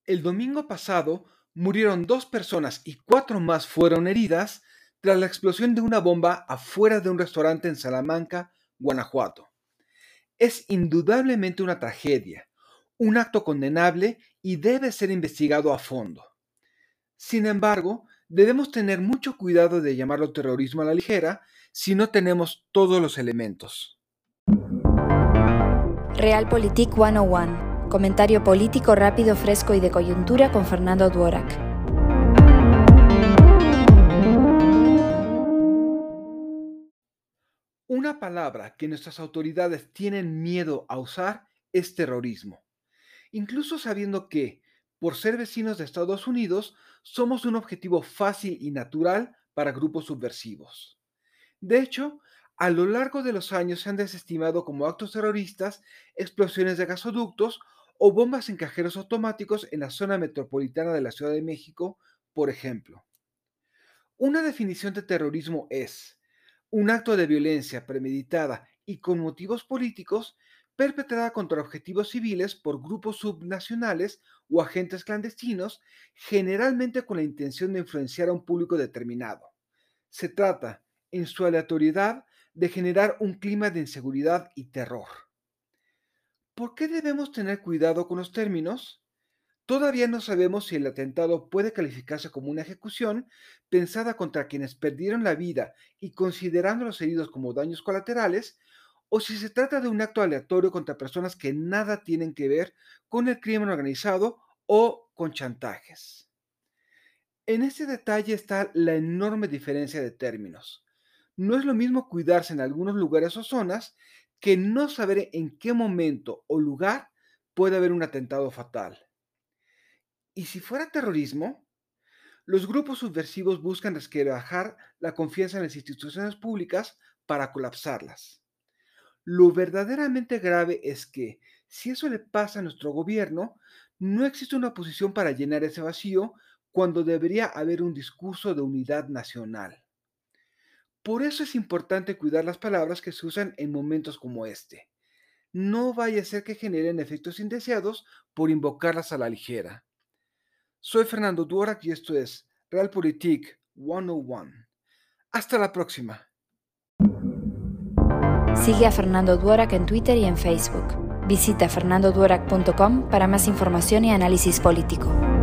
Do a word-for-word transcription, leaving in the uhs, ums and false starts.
El domingo pasado murieron dos personas y cuatro más fueron heridas tras la explosión de una bomba afuera de un restaurante en Salamanca, Guanajuato. Es indudablemente una tragedia, un acto condenable y debe ser investigado a fondo. Sin embargo, debemos tener mucho cuidado de llamarlo terrorismo a la ligera si no tenemos todos los elementos. Realpolitik ciento uno. Comentario político rápido, fresco y de coyuntura con Fernando Dworak. Una palabra que nuestras autoridades tienen miedo a usar es terrorismo, incluso sabiendo que, por ser vecinos de Estados Unidos, somos un objetivo fácil y natural para grupos subversivos. De hecho, a lo largo de los años se han desestimado como actos terroristas explosiones de gasoductos o bombas en cajeros automáticos en la zona metropolitana de la Ciudad de México, por ejemplo. Una definición de terrorismo es un acto de violencia premeditada y con motivos políticos perpetrada contra objetivos civiles por grupos subnacionales o agentes clandestinos, generalmente con la intención de influenciar a un público determinado. Se trata, en su aleatoriedad, de generar un clima de inseguridad y terror. ¿Por qué debemos tener cuidado con los términos? Todavía no sabemos si el atentado puede calificarse como una ejecución pensada contra quienes perdieron la vida y considerando a los heridos como daños colaterales, o si se trata de un acto aleatorio contra personas que nada tienen que ver con el crimen organizado o con chantajes. En este detalle está la enorme diferencia de términos. No es lo mismo cuidarse en algunos lugares o zonas que no saber en qué momento o lugar puede haber un atentado fatal. ¿Y si fuera terrorismo? Los grupos subversivos buscan resquebrajar la confianza en las instituciones públicas para colapsarlas. Lo verdaderamente grave es que, si eso le pasa a nuestro gobierno, no existe una posición para llenar ese vacío cuando debería haber un discurso de unidad nacional. Por eso es importante cuidar las palabras que se usan en momentos como este. No vaya a ser que generen efectos indeseados por invocarlas a la ligera. Soy Fernando Dworak y esto es Realpolitik ciento uno. Hasta la próxima. Sigue a Fernando Dworak en Twitter y en Facebook. Visita fernando dworak punto com para más información y análisis político.